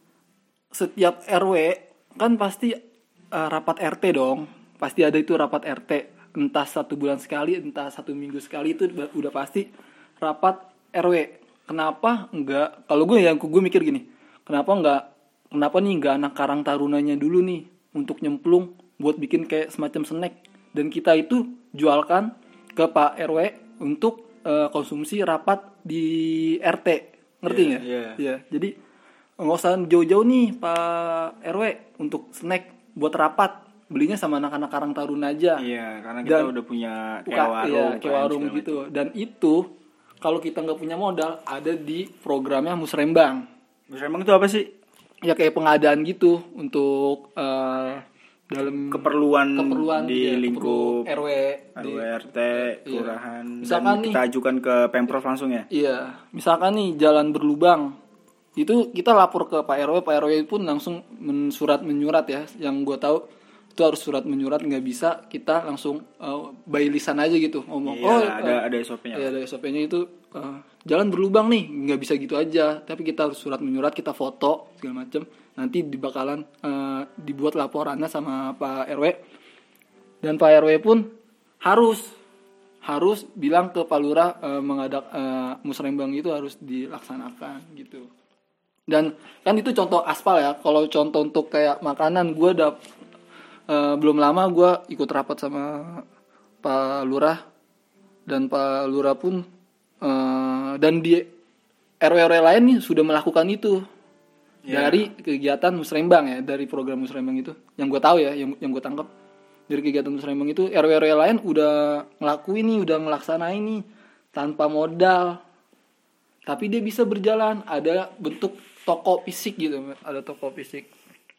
Setiap R W kan pasti uh, rapat R T dong. Pasti ada itu rapat R T. Entah satu bulan sekali, entah satu minggu sekali, itu udah pasti rapat R W. Kenapa enggak? Kalau gue yang gue mikir gini, kenapa enggak? Kenapa nih enggak anak Karang Tarunanya dulu nih untuk nyemplung buat bikin kayak semacam snack, dan kita itu jualkan ke Pak R W untuk uh, konsumsi rapat di R T, ngerti nggak? Iya. Yeah, yeah. Jadi nggak usah jauh-jauh nih Pak R W untuk snack buat rapat, belinya sama anak-anak Karang Taruna aja. Iya, karena kita Dan, udah punya kayak Buka, warung, iya, kayak warung segala gitu. Dan itu kalau kita nggak punya modal, ada di programnya Musrembang. Musrembang itu apa sih? Ya kayak pengadaan gitu untuk uh, dalam Keperluan, keperluan di ya, lingkup R W, R di, W, R T, kelurahan, iya. Misalkan dan nih, kita ajukan ke Pemprov langsung ya? Iya, misalkan nih jalan berlubang, itu kita lapor ke Pak R W, Pak R W pun langsung mensurat menyurat ya. Yang gue tahu itu harus surat menyurat, nggak bisa kita langsung uh, by lisan aja gitu ngomong. Iya, oh, ada uh, ada S O P-nya. Iya, ada S O P-nya itu uh, jalan berlubang nih, nggak bisa gitu aja. Tapi kita harus surat menyurat, kita foto segala macam. Nanti di bakalan uh, dibuat laporannya sama Pak R W, dan Pak R W pun harus harus bilang ke Pak Lurah uh, mengadak uh, musrembang itu harus dilaksanakan gitu. Dan kan itu contoh aspal ya. Kalau contoh untuk kayak makanan, gue udah uh, belum lama gue ikut rapat sama Pak Lurah, dan Pak Lurah pun uh, dan di R W R W lain nih sudah melakukan itu. Yeah. Dari kegiatan musrembang ya, dari program musrembang itu yang gue tahu ya, yang yang gue tangkap dari kegiatan musrembang itu, R W R W lain udah ngelakuin nih, udah ngelaksanain nih tanpa modal, tapi dia bisa berjalan. Ada bentuk toko fisik gitu, ada toko fisik.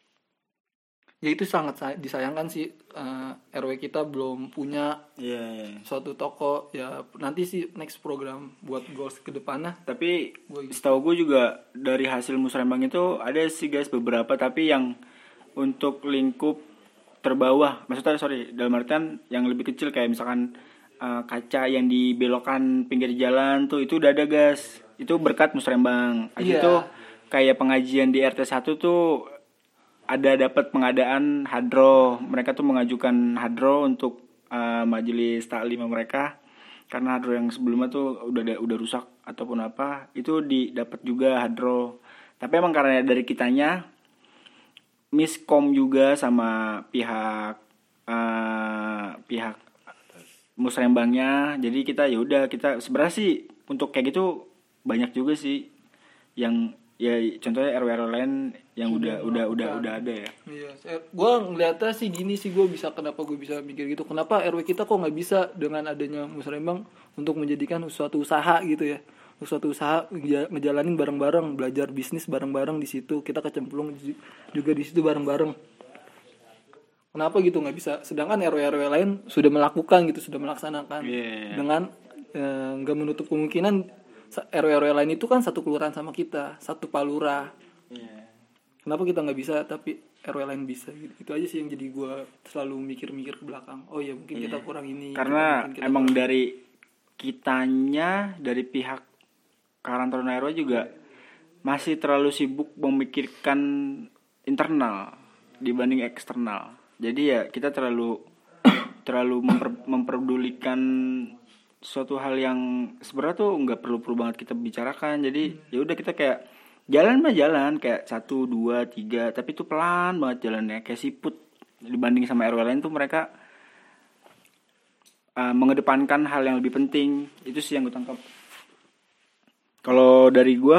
Ya itu sangat disayangkan sih, uh, R W kita belum punya yeah, yeah. suatu toko ya. Nanti sih next program buat goals ke depannya. Tapi setahu gue juga dari hasil musrembang itu ada sih guys beberapa, tapi yang untuk lingkup terbawah, maksudnya sorry dalam artian yang lebih kecil, kayak misalkan uh, kaca yang dibelokkan pinggir jalan tuh, itu udah ada guys. Itu berkat musrembang. Habis yeah. itu kayak pengajian di R T satu tuh ada dapat pengadaan hadroh. Mereka tuh mengajukan hadroh untuk uh, majelis taklim mereka, karena hadroh yang sebelumnya tuh udah udah rusak ataupun apa, itu didapat juga hadroh. Tapi emang karena dari kitanya miskom juga sama pihak uh, pihak musrembangnya, jadi kita ya udah kita sebenarnya sih untuk kayak gitu banyak juga sih yang ya contohnya R W R W lain yang udah udah udah udah ada ya. Iya, gue ngeliatnya sih gini sih, gue bisa kenapa gue bisa mikir gitu, kenapa R W kita kok nggak bisa dengan adanya musrembang untuk menjadikan suatu usaha gitu ya, suatu usaha ngeja- ngejalanin bareng-bareng, belajar bisnis bareng-bareng di situ, kita kecemplung ju- juga di situ bareng-bareng. Kenapa gitu nggak bisa? Sedangkan R W R W lain sudah melakukan gitu, sudah melaksanakan Yeah. dengan eh, nggak menutup kemungkinan sa- R W R W lain itu kan satu kelurahan sama kita, satu palura. Iya. Kenapa kita nggak bisa tapi R W lain bisa gitu? Itu aja sih yang jadi gue selalu mikir-mikir ke belakang. Oh ya mungkin kita kurang ini. Karena kita- mungkin kita emang kurang- dari kitanya, dari pihak Karang Taruna R W juga masih terlalu sibuk memikirkan internal dibanding eksternal. Jadi ya kita terlalu terlalu memper- memperdulikan suatu hal yang sebenarnya tuh nggak perlu-perlu banget kita bicarakan. Jadi ya udah kita kayak jalan mah jalan kayak satu dua tiga, tapi itu pelan banget jalannya kayak siput. Dibanding sama R W lain tuh mereka uh, mengedepankan hal yang lebih penting. Itu sih yang gue tangkap. Kalau dari gue,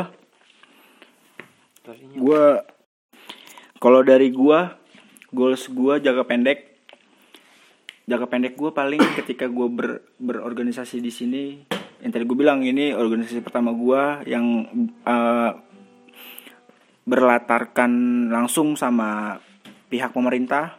gue kalau dari gue goals gue jangka pendek jangka pendek gue paling ketika gue ber, berorganisasi di sini, yang tadi gue bilang ini organisasi pertama gue yang uh, berlatarkan langsung sama pihak pemerintah.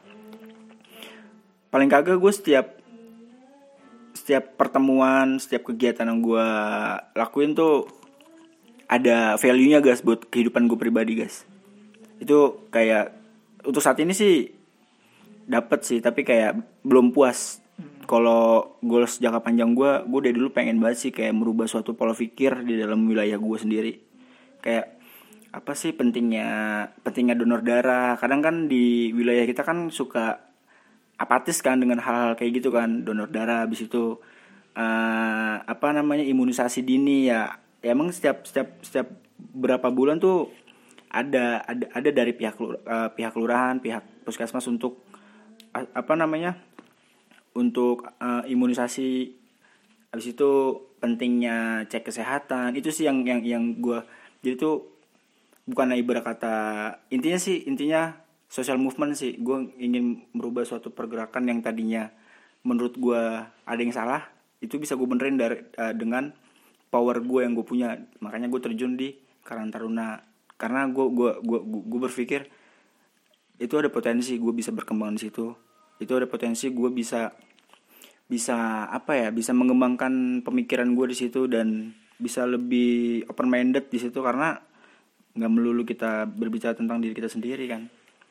Paling kagak gue setiap setiap pertemuan, setiap kegiatan yang gue lakuin tuh ada value-nya guys buat kehidupan gue pribadi guys. Itu kayak untuk saat ini sih dapet sih, tapi kayak belum puas. Kalau goals jangka panjang gue, gue dari dulu pengen banget sih kayak merubah suatu pola pikir di dalam wilayah gue sendiri. Kayak apa sih pentingnya pentingnya donor darah. Kadang kan di wilayah kita kan suka apatis kan dengan hal-hal kayak gitu kan, donor darah. Habis itu uh, apa namanya imunisasi dini ya. Ya emang setiap setiap setiap berapa bulan tuh ada ada ada dari pihak uh, pihak kelurahan, pihak puskesmas untuk apa namanya untuk uh, imunisasi. Habis itu pentingnya cek kesehatan. Itu sih yang yang yang gue jadi tuh bukan ibarat kata, intinya sih intinya social movement sih. Gue ingin merubah suatu pergerakan yang tadinya menurut gue ada yang salah, itu bisa gue benerin dari uh, dengan power gue yang gue punya. Makanya gue terjun di Karang Taruna karena gue gue gue gue berpikir itu ada potensi gue bisa berkembang di situ. Itu ada potensi gue bisa bisa apa ya bisa mengembangkan pemikiran gue di situ dan bisa lebih open minded di situ, karena nggak melulu kita berbicara tentang diri kita sendiri kan.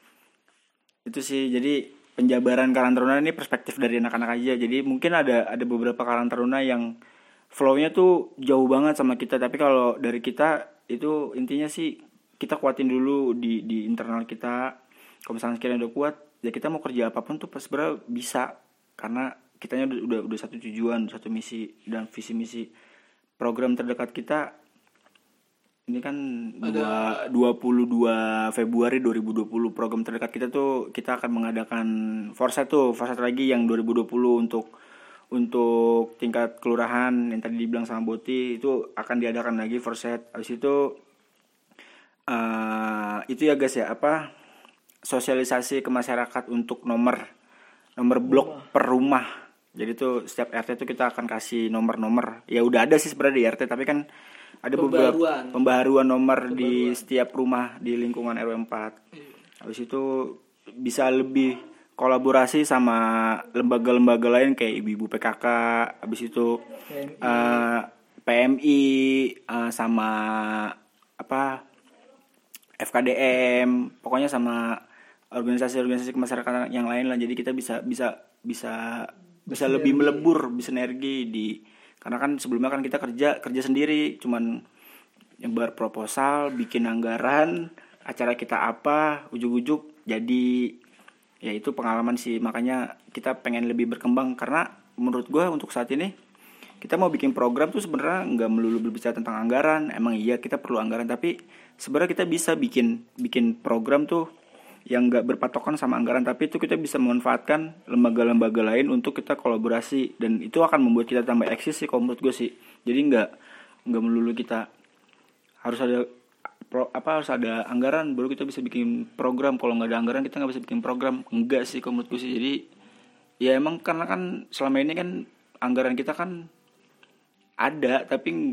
Itu sih, jadi penjabaran Karang Taruna ini perspektif dari anak-anak aja. Jadi mungkin ada ada beberapa Karang Taruna yang flow-nya tuh jauh banget sama kita, tapi kalau dari kita itu intinya sih kita kuatin dulu di di internal kita. Kalau misalnya sekiranya udah kuat, ya kita mau kerja apapun tuh sebenarnya bisa, karena kitanya udah, udah udah satu tujuan, satu misi dan visi misi. Program terdekat kita ini kan dua, dua puluh dua Februari dua ribu dua puluh. Program terdekat kita tuh kita akan mengadakan Foresight tuh, Foresight lagi yang dua ribu dua puluh untuk untuk tingkat kelurahan yang tadi dibilang sama Boti, itu akan diadakan lagi Foresight. Habis itu uh, itu ya guys ya, apa sosialisasi ke masyarakat untuk nomor nomor blok rumah. Per rumah. Jadi tuh setiap R T tuh kita akan kasih nomor-nomor. Ya udah ada sih sebenarnya di R T, tapi kan ada beberapa Pembaruan. pembaharuan nomor Pembaruan. di setiap rumah di lingkungan R W empat. Habis itu bisa lebih kolaborasi sama lembaga-lembaga lain kayak ibu-ibu P K K, habis itu P M I, uh, P M I uh, sama apa F K D M, pokoknya sama organisasi-organisasi kemasyarakatan yang lain lah. Jadi kita bisa bisa bisa bisa lebih melebur, bisa sinergi di, karena kan sebelumnya kan kita kerja kerja sendiri, cuman nyebar proposal, bikin anggaran, acara kita apa, ujuk-ujuk jadi ya itu pengalaman sih. Makanya kita pengen lebih berkembang, karena menurut gue untuk saat ini kita mau bikin program tuh sebenarnya nggak melulu berbicara tentang anggaran. Emang iya kita perlu anggaran, tapi sebenarnya kita bisa bikin bikin program tuh yang nggak berpatokan sama anggaran, tapi itu kita bisa memanfaatkan lembaga-lembaga lain untuk kita kolaborasi, dan itu akan membuat kita tambah eksis sih kalau menurut gue sih. Jadi nggak nggak melulu kita harus ada pro, apa harus ada anggaran baru kita bisa bikin program. Kalau nggak ada anggaran kita nggak bisa bikin program. Enggak sih kalau menurut gue sih. Jadi ya emang karena kan selama ini kan anggaran kita kan ada, tapi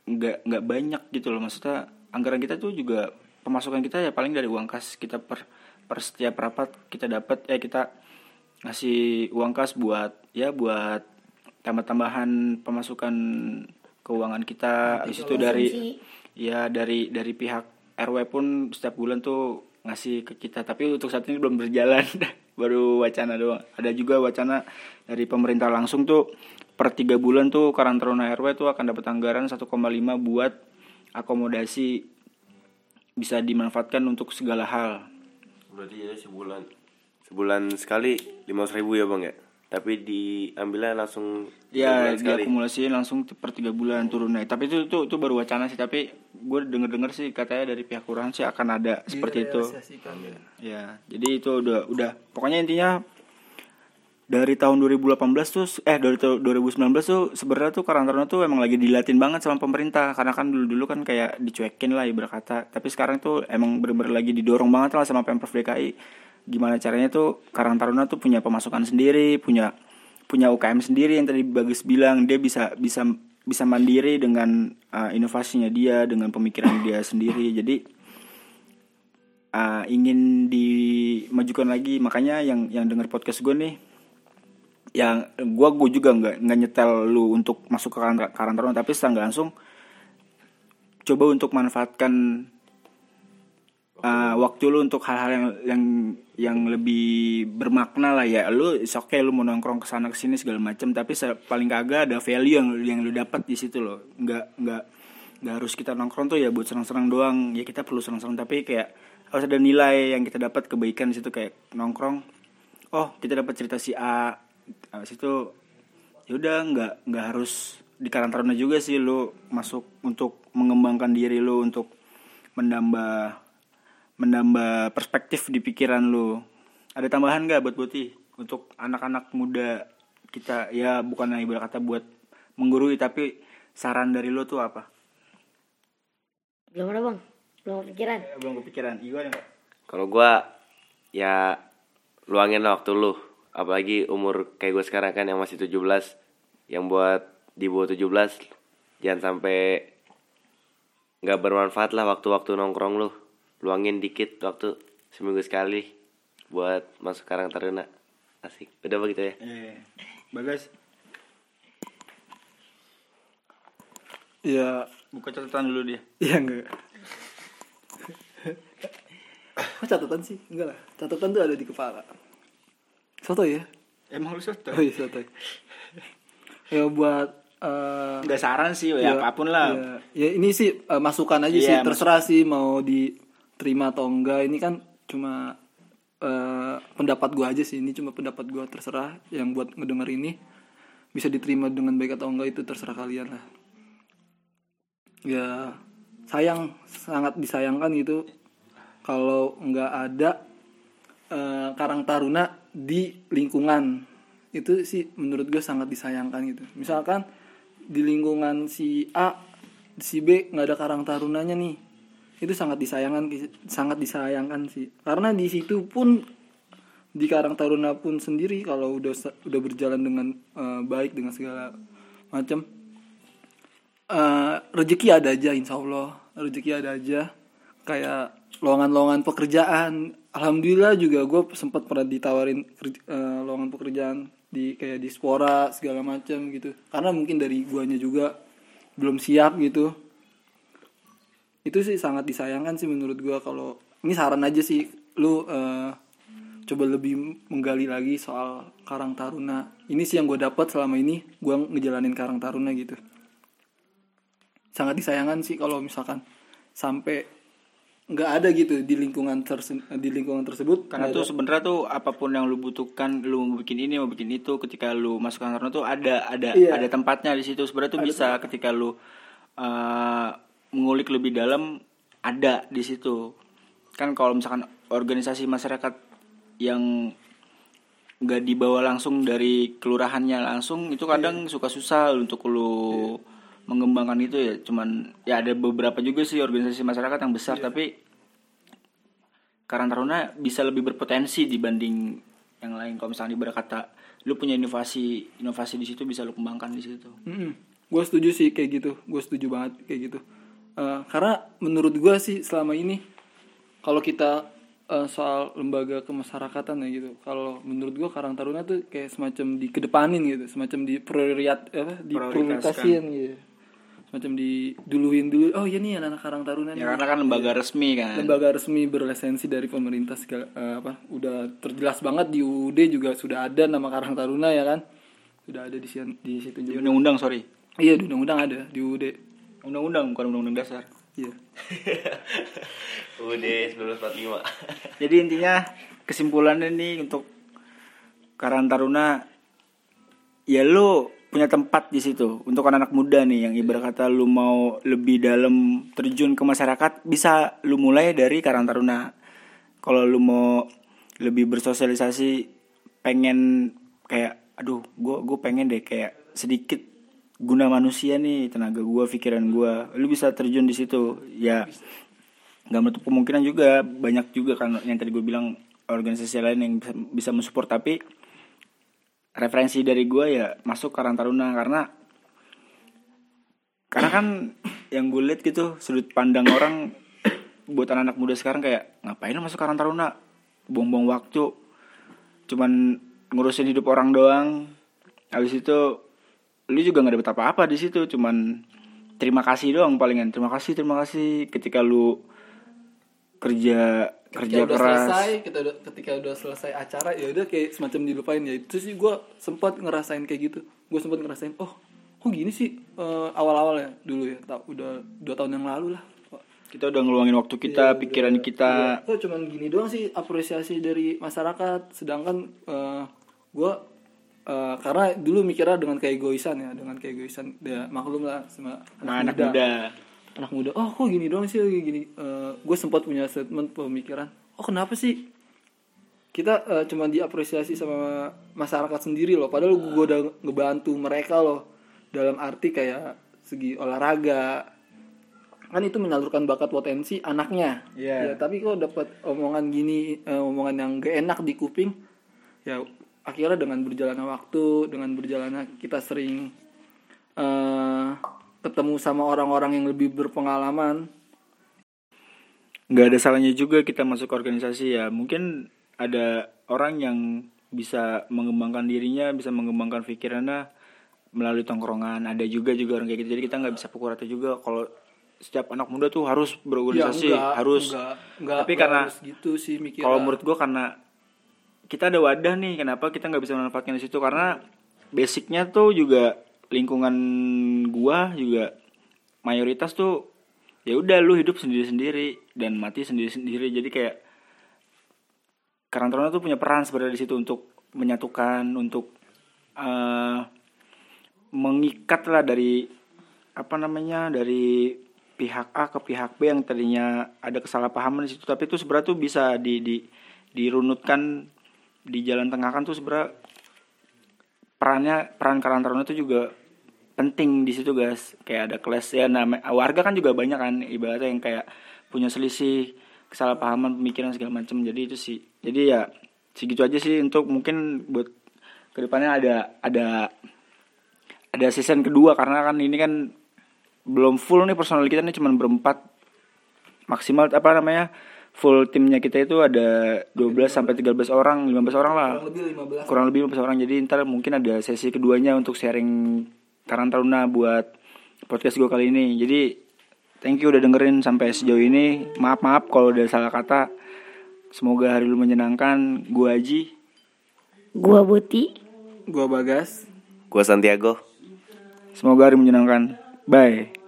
nggak nggak banyak gitu loh. Maksudnya anggaran kita tuh juga pemasukan kita ya paling dari uang kas kita per per setiap rapat kita dapat eh kita ngasih uang kas buat ya buat tambah-tambahan pemasukan keuangan kita. Habis itu dari ya dari dari pihak R W pun setiap bulan tuh ngasih ke kita, tapi untuk saat ini belum berjalan. Baru wacana doang. Ada juga wacana dari pemerintah langsung tuh per tiga bulan tuh Karang Taruna R W tuh akan dapat anggaran satu koma lima buat akomodasi, bisa dimanfaatkan untuk segala hal. Berarti ya sebulan sebulan sekali lima ratus ribu ya bang ya, tapi diambilnya langsung ya diakumulasiin langsung per tiga bulan turun naik. Tapi itu itu itu baru wacana sih, tapi gue denger dengar sih katanya dari pihak kelurahan sih akan ada seperti itu ya. Ya jadi itu udah udah pokoknya intinya dari tahun dua ribu delapan belas tuh eh dari tahun dua ribu sembilan belas tuh sebenarnya tuh Karang Taruna tuh emang lagi dilatin banget sama pemerintah, karena kan dulu-dulu kan kayak dicuekin lah ibarat kata, tapi sekarang tuh emang bener-bener lagi didorong banget lah sama Pemprov D K I. Gimana caranya tuh Karang Taruna tuh punya pemasukan sendiri, punya punya U K M sendiri yang tadi Bagus bilang, dia bisa bisa bisa mandiri dengan uh, inovasinya dia, dengan pemikiran dia sendiri. Jadi uh, ingin dimajukan lagi, makanya yang yang dengar podcast gue nih, yang gue gue juga nggak nggak nyetel lu untuk masuk ke Karang Taruna, tapi secara nggak langsung coba untuk manfaatkan uh, waktu lu untuk hal-hal yang yang yang lebih bermakna lah ya. Lu is okay lu mau nongkrong kesana kesini segala macam, tapi paling kagak ada value yang yang lu dapat di situ loh. Nggak nggak nggak harus kita nongkrong tuh ya buat senang-senang doang. Ya kita perlu senang-senang, tapi kayak harus ada nilai yang kita dapat, kebaikan di situ. Kayak nongkrong, oh kita dapat cerita si A, habis itu ya udah nggak nggak harus di Karang Taruna juga sih lu masuk untuk mengembangkan diri lu, untuk menambah menambah perspektif di pikiran lu. Ada tambahan nggak buat Boti untuk anak-anak muda kita, ya bukan ibarat kata buat menggurui, tapi saran dari lu tuh apa? Belum ada bang, belum kepikiran. Eh, belum kepikiran. Iya enggak? Kalau gua ya luangin lah waktu lu, apalagi umur kayak gue sekarang kan yang masih tujuh belas, yang buat di bawah tujuh belas jangan sampai nggak bermanfaat lah waktu-waktu nongkrong lu. Luangin dikit waktu seminggu sekali buat masuk Karang Taruna. Asik. Udah begitu ya? Eh, Bagas. Ya, buka catatan dulu dia. Iya enggak. Kok catatan sih? Enggak lah. Catatan tuh ada di kepala. Soto ya? Emang lu soto? Oh iya soto. Ya buat uh, nggak saran sih ya, ya apapun lah. Ya, ya ini sih uh, masukan aja ya, sih, terserah masuk. Sih mau diterima atau enggak. Ini kan cuma uh, pendapat gue aja sih. Ini cuma pendapat gue, terserah. Yang buat ngedenger ini bisa diterima dengan baik atau enggak itu terserah kalian lah. Ya sayang, sangat disayangkan gitu kalau nggak ada uh, Karang Taruna di lingkungan. Itu sih menurut gue sangat disayangkan gitu. Misalkan di lingkungan si A, si B nggak ada Karang Tarunanya nih, itu sangat disayangkan, sangat disayangkan sih. Karena di situ pun di Karang Taruna pun sendiri kalau udah udah berjalan dengan uh, baik dengan segala macam, uh, rezeki ada aja, insya Allah rezeki ada aja. Kayak lowongan-lowongan pekerjaan, alhamdulillah juga gue sempat pernah ditawarin uh, lowongan pekerjaan di kayak di Spora segala macam gitu. Karena mungkin dari guanya juga belum siap gitu. Itu sih sangat disayangkan sih menurut gue. Kalau ini saran aja sih, lu uh, coba lebih menggali lagi soal Karang Taruna. Ini sih yang gue dapat selama ini gue ngejalanin Karang Taruna gitu. Sangat disayangkan sih kalau misalkan sampai nggak ada gitu di lingkungan terse- di lingkungan tersebut. Karena tuh sebenarnya tuh apapun yang lu butuhkan, lu mau bikin ini mau bikin itu, ketika lu masuk Karang Taruna tuh ada ada iya. ada tempatnya di situ. Sebenarnya tuh ada bisa tempat. Ketika lu uh, mengulik lebih dalam, ada di situ. Kan kalau misalkan organisasi masyarakat yang nggak dibawa langsung dari kelurahannya langsung, itu kadang iya. suka susah untuk lu iya. mengembangkan itu ya. Cuman ya ada beberapa juga sih organisasi masyarakat yang besar, yeah. tapi Karang Taruna bisa lebih berpotensi dibanding yang lain. Kalau misalnya ibarat kata lu punya inovasi inovasi di situ, bisa lu kembangkan di situ. Mm-hmm. Gue setuju sih kayak gitu, gue setuju banget kayak gitu. Uh, karena menurut gue sih selama ini kalau kita uh, soal lembaga kemasyarakatan ya gitu, kalau menurut gue Karang Taruna tuh kayak semacam dikedepanin gitu, semacam di prioriat apa diprioritasin gitu, semacam diduluin dulu. Oh iya nih anak Karang Taruna ya, nih karena kan lembaga ya, resmi kan, lembaga resmi berlisensi dari pemerintah segala uh, apa udah terjelas banget di U U D juga sudah ada nama Karang Taruna ya kan, sudah ada di di situ juga. Di undang-undang sorry. Iya di undang-undang ada di U U D. Undang-undang bukan undang-undang dasar. Iya. U U D seribu sembilan ratus empat puluh lima. Jadi intinya kesimpulannya nih untuk Karang Taruna, ya lu punya tempat di situ untuk anak-anak muda nih yang ibarat kata lu mau lebih dalam terjun ke masyarakat, bisa lu mulai dari Karang Taruna. Kalau lu mau lebih bersosialisasi, pengen kayak aduh gue gue pengen deh kayak sedikit guna manusia nih, tenaga gue, pikiran gue, lu bisa terjun di situ. Ya nggak menutup kemungkinan juga banyak juga kan yang tadi gue bilang organisasi lain yang bisa, bisa mensupport, tapi referensi dari gue ya masuk Karang Taruna karena karena kan yang gue lihat gitu sudut pandang orang buat anak-anak muda sekarang kayak ngapain lu masuk Karang Taruna, buang-buang waktu, cuman ngurusin hidup orang doang. Habis itu lu juga nggak dapet apa-apa di situ, cuman terima kasih doang palingan, terima kasih terima kasih ketika lu kerja ketika kerja udah keras. Selesai, kita udah ketika udah selesai acara ya udah kayak semacam dilupain ya. Itu sih gue sempat ngerasain kayak gitu, gue sempat ngerasain oh kok gini sih uh, awal-awal ya dulu ya, tak udah dua tahun yang lalu lah. Kita udah ngeluangin waktu kita, ya, pikiran udah, kita. Iya. Oh cuman gini doang sih apresiasi dari masyarakat, sedangkan uh, gue Uh, karena dulu mikirnya dengan keegoisan ya, dengan keegoisan ya maklum lah sama anak, anak muda. muda. Anak muda, oh kok gini doang sih gini. Uh, gue sempat punya statement pemikiran, oh kenapa sih kita uh, cuma diapresiasi sama masyarakat sendiri loh, padahal gue udah ngebantu mereka loh dalam arti kayak segi olahraga, kan itu menyalurkan bakat potensi anaknya. Yeah. Ya tapi kok dapat omongan gini, uh, omongan yang gak enak di kuping, ya akhirnya dengan berjalannya waktu, dengan berjalannya kita sering uh, ketemu sama orang-orang yang lebih berpengalaman. Gak ada salahnya juga kita masuk organisasi ya. Mungkin ada orang yang bisa mengembangkan dirinya, bisa mengembangkan pikirannya melalui tongkrongan. Ada juga juga orang kayak gitu. Jadi kita gak bisa pukul rata juga kalau setiap anak muda tuh harus berorganisasi, ya, enggak, harus. Enggak, enggak, tapi enggak karena harus gitu sih mikirnya. Kalau menurut gue karena kita ada wadah nih, kenapa kita nggak bisa memanfaatkan di situ? Karena basicnya tuh juga lingkungan gua juga mayoritas tuh ya udah lu hidup sendiri-sendiri dan mati sendiri-sendiri. Jadi kayak Karang Taruna tuh punya peran sebenarnya di situ untuk menyatukan, untuk uh, mengikat lah dari apa namanya dari pihak A ke pihak B yang tadinya ada kesalahpahaman di situ, tapi itu sebenarnya tuh bisa di di dirunutkan, di jalan tengah kan tuh sebenarnya perannya peran Karang Taruna itu juga penting di situ guys. Kayak ada kelas ya, nama warga kan juga banyak kan ibaratnya yang kayak punya selisih, kesalahpahaman, pemikiran segala macam. Jadi itu sih. Jadi ya segitu aja sih untuk mungkin buat kedepannya ada ada ada season kedua, karena kan ini kan belum full nih personal kita nih, cuma berempat maksimal apa namanya full timnya kita itu ada dua belas sampai tiga belas orang, lima belas orang lah. Kurang lebih lima belas. Kurang lebih lima belas orang. Jadi ntar mungkin ada sesi keduanya untuk sharing Karang Taruna buat podcast gue kali ini. Jadi thank you udah dengerin sampai sejauh ini. Maaf-maaf kalau udah salah kata. Semoga hari lu menyenangkan. Gue Aji. Gua Buti. Gua Bagas. Gua Santiago. Semoga hari menyenangkan. Bye.